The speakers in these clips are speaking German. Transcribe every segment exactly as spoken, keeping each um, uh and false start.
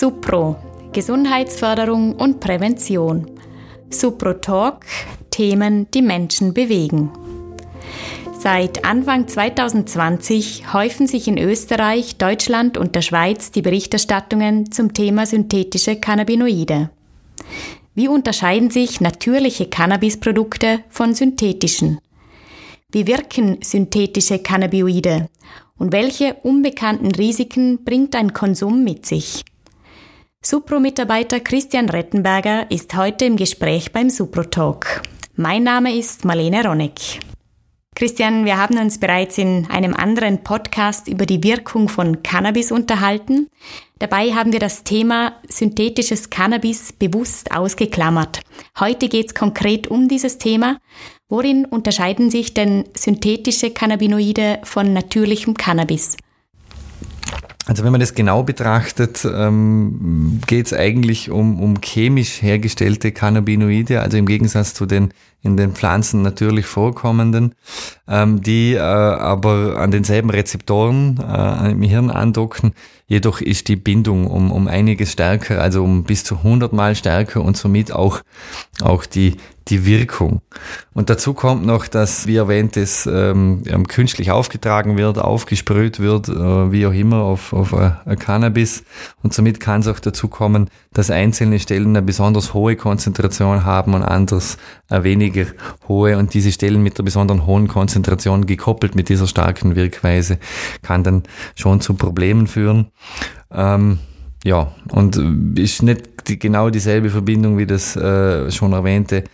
Supro, Gesundheitsförderung und Prävention. Supro Talk, Themen, die Menschen bewegen. Seit Anfang zwanzig zwanzig häufen sich in Österreich, Deutschland und der Schweiz die Berichterstattungen zum Thema synthetische Cannabinoide. Wie unterscheiden sich natürliche Cannabisprodukte von synthetischen? Wie wirken synthetische Cannabinoide? Und welche unbekannten Risiken bringt ein Konsum mit sich? Supro-Mitarbeiter Christian Rettenberger ist heute im Gespräch beim Supro Talk. Mein Name ist Marlene Ronneck. Christian, wir haben uns bereits in einem anderen Podcast über die Wirkung von Cannabis unterhalten. Dabei haben wir das Thema synthetisches Cannabis bewusst ausgeklammert. Heute geht es konkret um dieses Thema. Worin unterscheiden sich denn synthetische Cannabinoide von natürlichem Cannabis? Also wenn man das genau betrachtet, ähm, geht es eigentlich um, um chemisch hergestellte Cannabinoide, also im Gegensatz zu den in den Pflanzen natürlich vorkommenden, ähm, die äh, aber an denselben Rezeptoren äh, im Hirn andocken. Jedoch ist die Bindung um, um einiges stärker, also um bis zu hundert Mal stärker und somit auch, auch die, die Wirkung. Und dazu kommt noch, dass, wie erwähnt, es ähm, künstlich aufgetragen wird, aufgesprüht wird, äh, wie auch immer, auf, auf äh, Cannabis. Und somit kann es auch dazu kommen, dass einzelne Stellen eine besonders hohe Konzentration haben und anders äh, weniger hohe. Und diese Stellen mit der besonderen hohen Konzentration gekoppelt mit dieser starken Wirkweise kann dann schon zu Problemen führen. Ähm, ja, und ist nicht die, genau dieselbe Verbindung wie das äh, schon erwähnte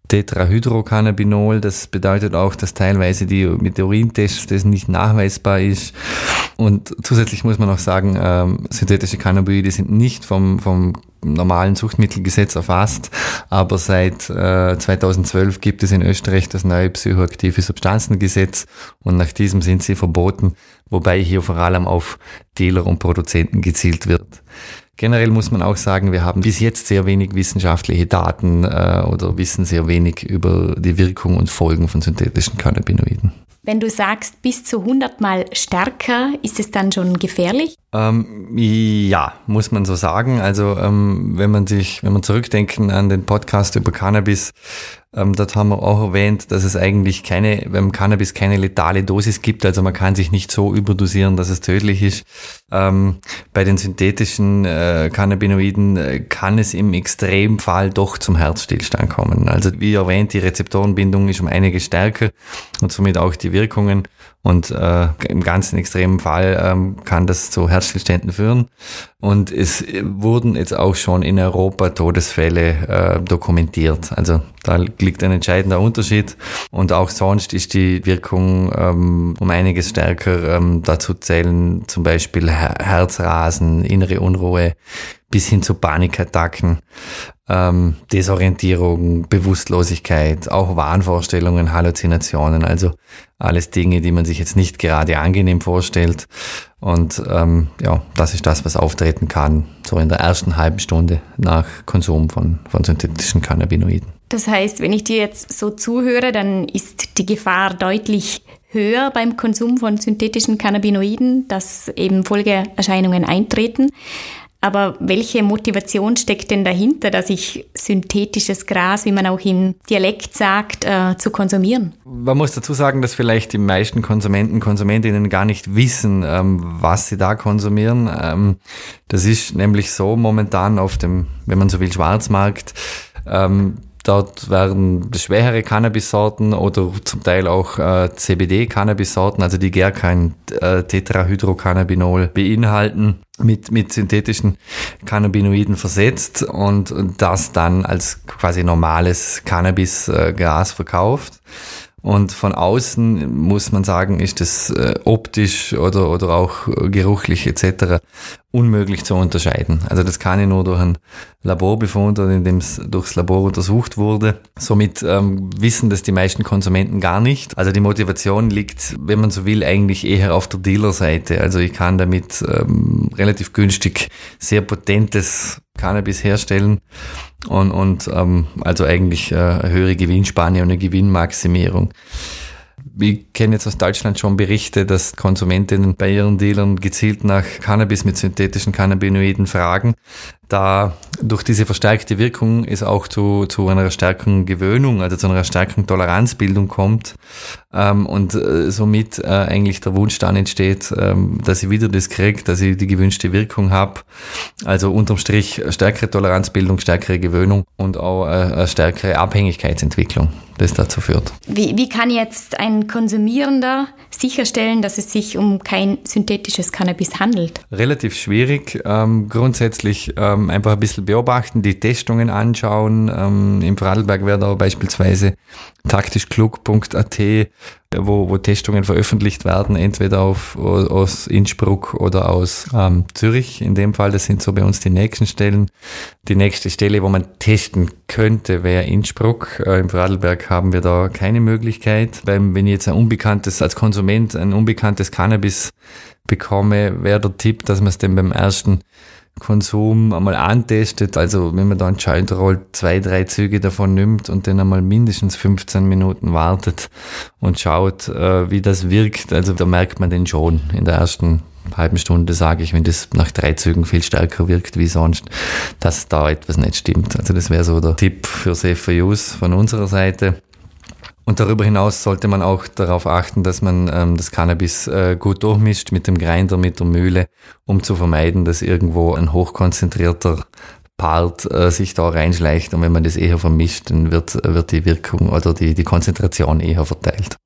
Tetrahydrocannabinol. Das bedeutet auch, dass teilweise die mit Urintests das nicht nachweisbar ist. Und zusätzlich muss man auch sagen, ähm, synthetische Cannabinoide sind nicht vom, vom normalen Suchtmittelgesetz erfasst, aber seit äh, zweitausendzwölf gibt es in Österreich das neue psychoaktive Substanzengesetz und nach diesem sind sie verboten, wobei hier vor allem auf Dealer und Produzenten gezielt wird. Generell muss man auch sagen, wir haben bis jetzt sehr wenig wissenschaftliche Daten äh, oder wissen sehr wenig über die Wirkung und Folgen von synthetischen Cannabinoiden. Wenn du sagst, bis zu hundert Mal stärker, ist es dann schon gefährlich? Ähm, ja, muss man so sagen. Also ähm, wenn man sich, wenn man zurückdenken an den Podcast über Cannabis, ähm, dort haben wir auch erwähnt, dass es eigentlich keine, beim Cannabis keine letale Dosis gibt. Also man kann sich nicht so überdosieren, dass es tödlich ist. Ähm, bei den synthetischen äh, Cannabinoiden äh, kann es im Extremfall doch zum Herzstillstand kommen. Also wie erwähnt, die Rezeptorenbindung ist um einiges stärker und somit auch die Wirkungen. Und äh, im ganzen extremen Fall ähm, kann das zu Herzstillständen führen. Und es wurden jetzt auch schon in Europa Todesfälle äh, dokumentiert. Also da liegt ein entscheidender Unterschied. Und auch sonst ist die Wirkung ähm, um einiges stärker. Ähm, dazu zählen zum Beispiel Her- Herzrasen, innere Unruhe, bis hin zu Panikattacken, ähm, Desorientierung, Bewusstlosigkeit, auch Wahnvorstellungen, Halluzinationen, also alles Dinge, die man sich jetzt nicht gerade angenehm vorstellt. Und ähm, ja, das ist das, was auftreten kann, so in der ersten halben Stunde nach Konsum von, von synthetischen Cannabinoiden. Das heißt, wenn ich dir jetzt so zuhöre, dann ist die Gefahr deutlich höher beim Konsum von synthetischen Cannabinoiden, dass eben Folgeerscheinungen eintreten. Aber welche Motivation steckt denn dahinter, dass ich synthetisches Gras, wie man auch im Dialekt sagt, äh, zu konsumieren? Man muss dazu sagen, dass vielleicht die meisten Konsumenten, Konsumentinnen gar nicht wissen, ähm, was sie da konsumieren. Ähm, das ist nämlich so momentan auf dem, wenn man so will, Schwarzmarkt. Ähm, Dort werden schwere Cannabissorten oder zum Teil auch äh, C B D-Cannabissorten, also die gar kein äh, Tetrahydrocannabinol beinhalten, mit, mit synthetischen Cannabinoiden versetzt und, und das dann als quasi normales Cannabisgras äh, verkauft. Und von außen muss man sagen, ist es äh, optisch oder oder auch geruchlich et cetera unmöglich zu unterscheiden. Also das kann ich nur durch einen Laborbefund oder indem es durchs Labor untersucht wurde. Somit ähm, wissen das die meisten Konsumenten gar nicht. Also die Motivation liegt, wenn man so will, eigentlich eher auf der Dealerseite. Also ich kann damit ähm, relativ günstig sehr potentes Cannabis herstellen und, und ähm, also eigentlich äh, eine höhere Gewinnspanne und eine Gewinnmaximierung. ich kenne jetzt aus Deutschland schon Berichte, dass Konsumentinnen bei ihren Dealern gezielt nach Cannabis mit synthetischen Cannabinoiden fragen, da durch diese verstärkte Wirkung es auch zu, zu einer stärkeren Gewöhnung, also zu einer stärkeren Toleranzbildung kommt ähm, und äh, somit äh, eigentlich der Wunsch dann entsteht, ähm, dass ich wieder das kriege, dass ich die gewünschte Wirkung habe. Also unterm Strich stärkere Toleranzbildung, stärkere Gewöhnung und auch äh, eine stärkere Abhängigkeitsentwicklung, das dazu führt. Wie, wie kann jetzt ein Konsumierender sicherstellen, dass es sich um kein synthetisches Cannabis handelt? Relativ schwierig. Ähm, grundsätzlich ähm, einfach ein bisschen beobachten, die Testungen anschauen. Ähm, Im Vorarlberg wäre da beispielsweise taktisch klug punkt a t, wo, wo Testungen veröffentlicht werden, entweder auf, aus Innsbruck oder aus ähm, Zürich. In dem Fall, das sind so bei uns die nächsten Stellen. Die nächste Stelle, wo man testen könnte, wäre Innsbruck. Äh, Im Vorarlberg haben wir da keine Möglichkeit. Weil wenn ich jetzt ein unbekanntes, als Konsument ein unbekanntes Cannabis bekomme, wäre der Tipp, dass man es dann beim ersten Konsum einmal antestet, also wenn man da einen Joint rollt, zwei, drei Züge davon nimmt und dann einmal mindestens fünfzehn Minuten wartet und schaut, äh, wie das wirkt. Also da merkt man den schon in der ersten halben Stunde, sage ich, wenn das nach drei Zügen viel stärker wirkt wie sonst, dass da etwas nicht stimmt. Also das wäre so der Tipp für Safer Use von unserer Seite. Und darüber hinaus sollte man auch darauf achten, dass man ähm, das Cannabis äh, gut durchmischt mit dem Grinder, mit der Mühle, um zu vermeiden, dass irgendwo ein hochkonzentrierter Part äh, sich da reinschleicht. Und wenn man das eher vermischt, dann wird, wird die Wirkung oder die, die Konzentration eher verteilt.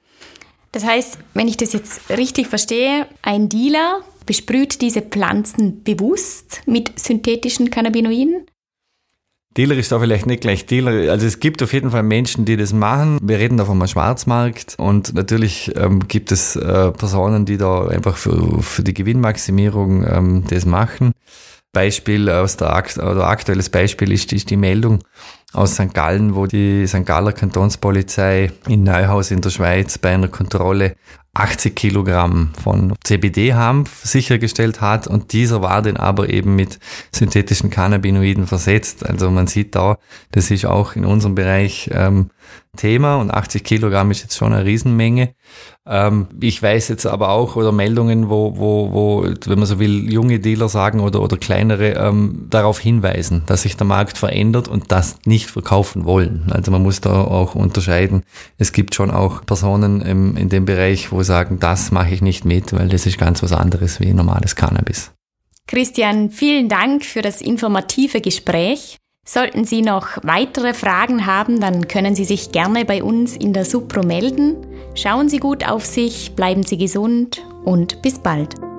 Das heißt, wenn ich das jetzt richtig verstehe, ein Dealer besprüht diese Pflanzen bewusst mit synthetischen Cannabinoiden? Dealer ist da vielleicht nicht gleich Dealer. Also es gibt auf jeden Fall Menschen, die das machen. Wir reden da vom Schwarzmarkt und natürlich ähm, gibt es äh, Personen, die da einfach für, für die Gewinnmaximierung ähm, das machen. Beispiel aus der Akt, oder aktuelles Beispiel ist, ist die Meldung aus Sankt Gallen, wo die Sankt Galler Kantonspolizei in Neuhaus in der Schweiz bei einer Kontrolle achtzig Kilogramm von C B D-Hanf sichergestellt hat und dieser war dann aber eben mit synthetischen Cannabinoiden versetzt. Also man sieht da, das ist auch in unserem Bereich ähm, Thema und achtzig Kilogramm ist jetzt schon eine Riesenmenge. Ähm, ich weiß jetzt aber auch, oder Meldungen, wo, wo, wo, wenn man so will, junge Dealer sagen oder, oder kleinere, ähm, darauf hinweisen, dass sich der Markt verändert und das nicht verkaufen wollen. Also man muss da auch unterscheiden. Es gibt schon auch Personen im, in dem Bereich, wo sagen, das mache ich nicht mit, weil das ist ganz was anderes wie normales Cannabis. Christian, vielen Dank für das informative Gespräch. Sollten Sie noch weitere Fragen haben, dann können Sie sich gerne bei uns in der Supro melden. Schauen Sie gut auf sich, bleiben Sie gesund und bis bald.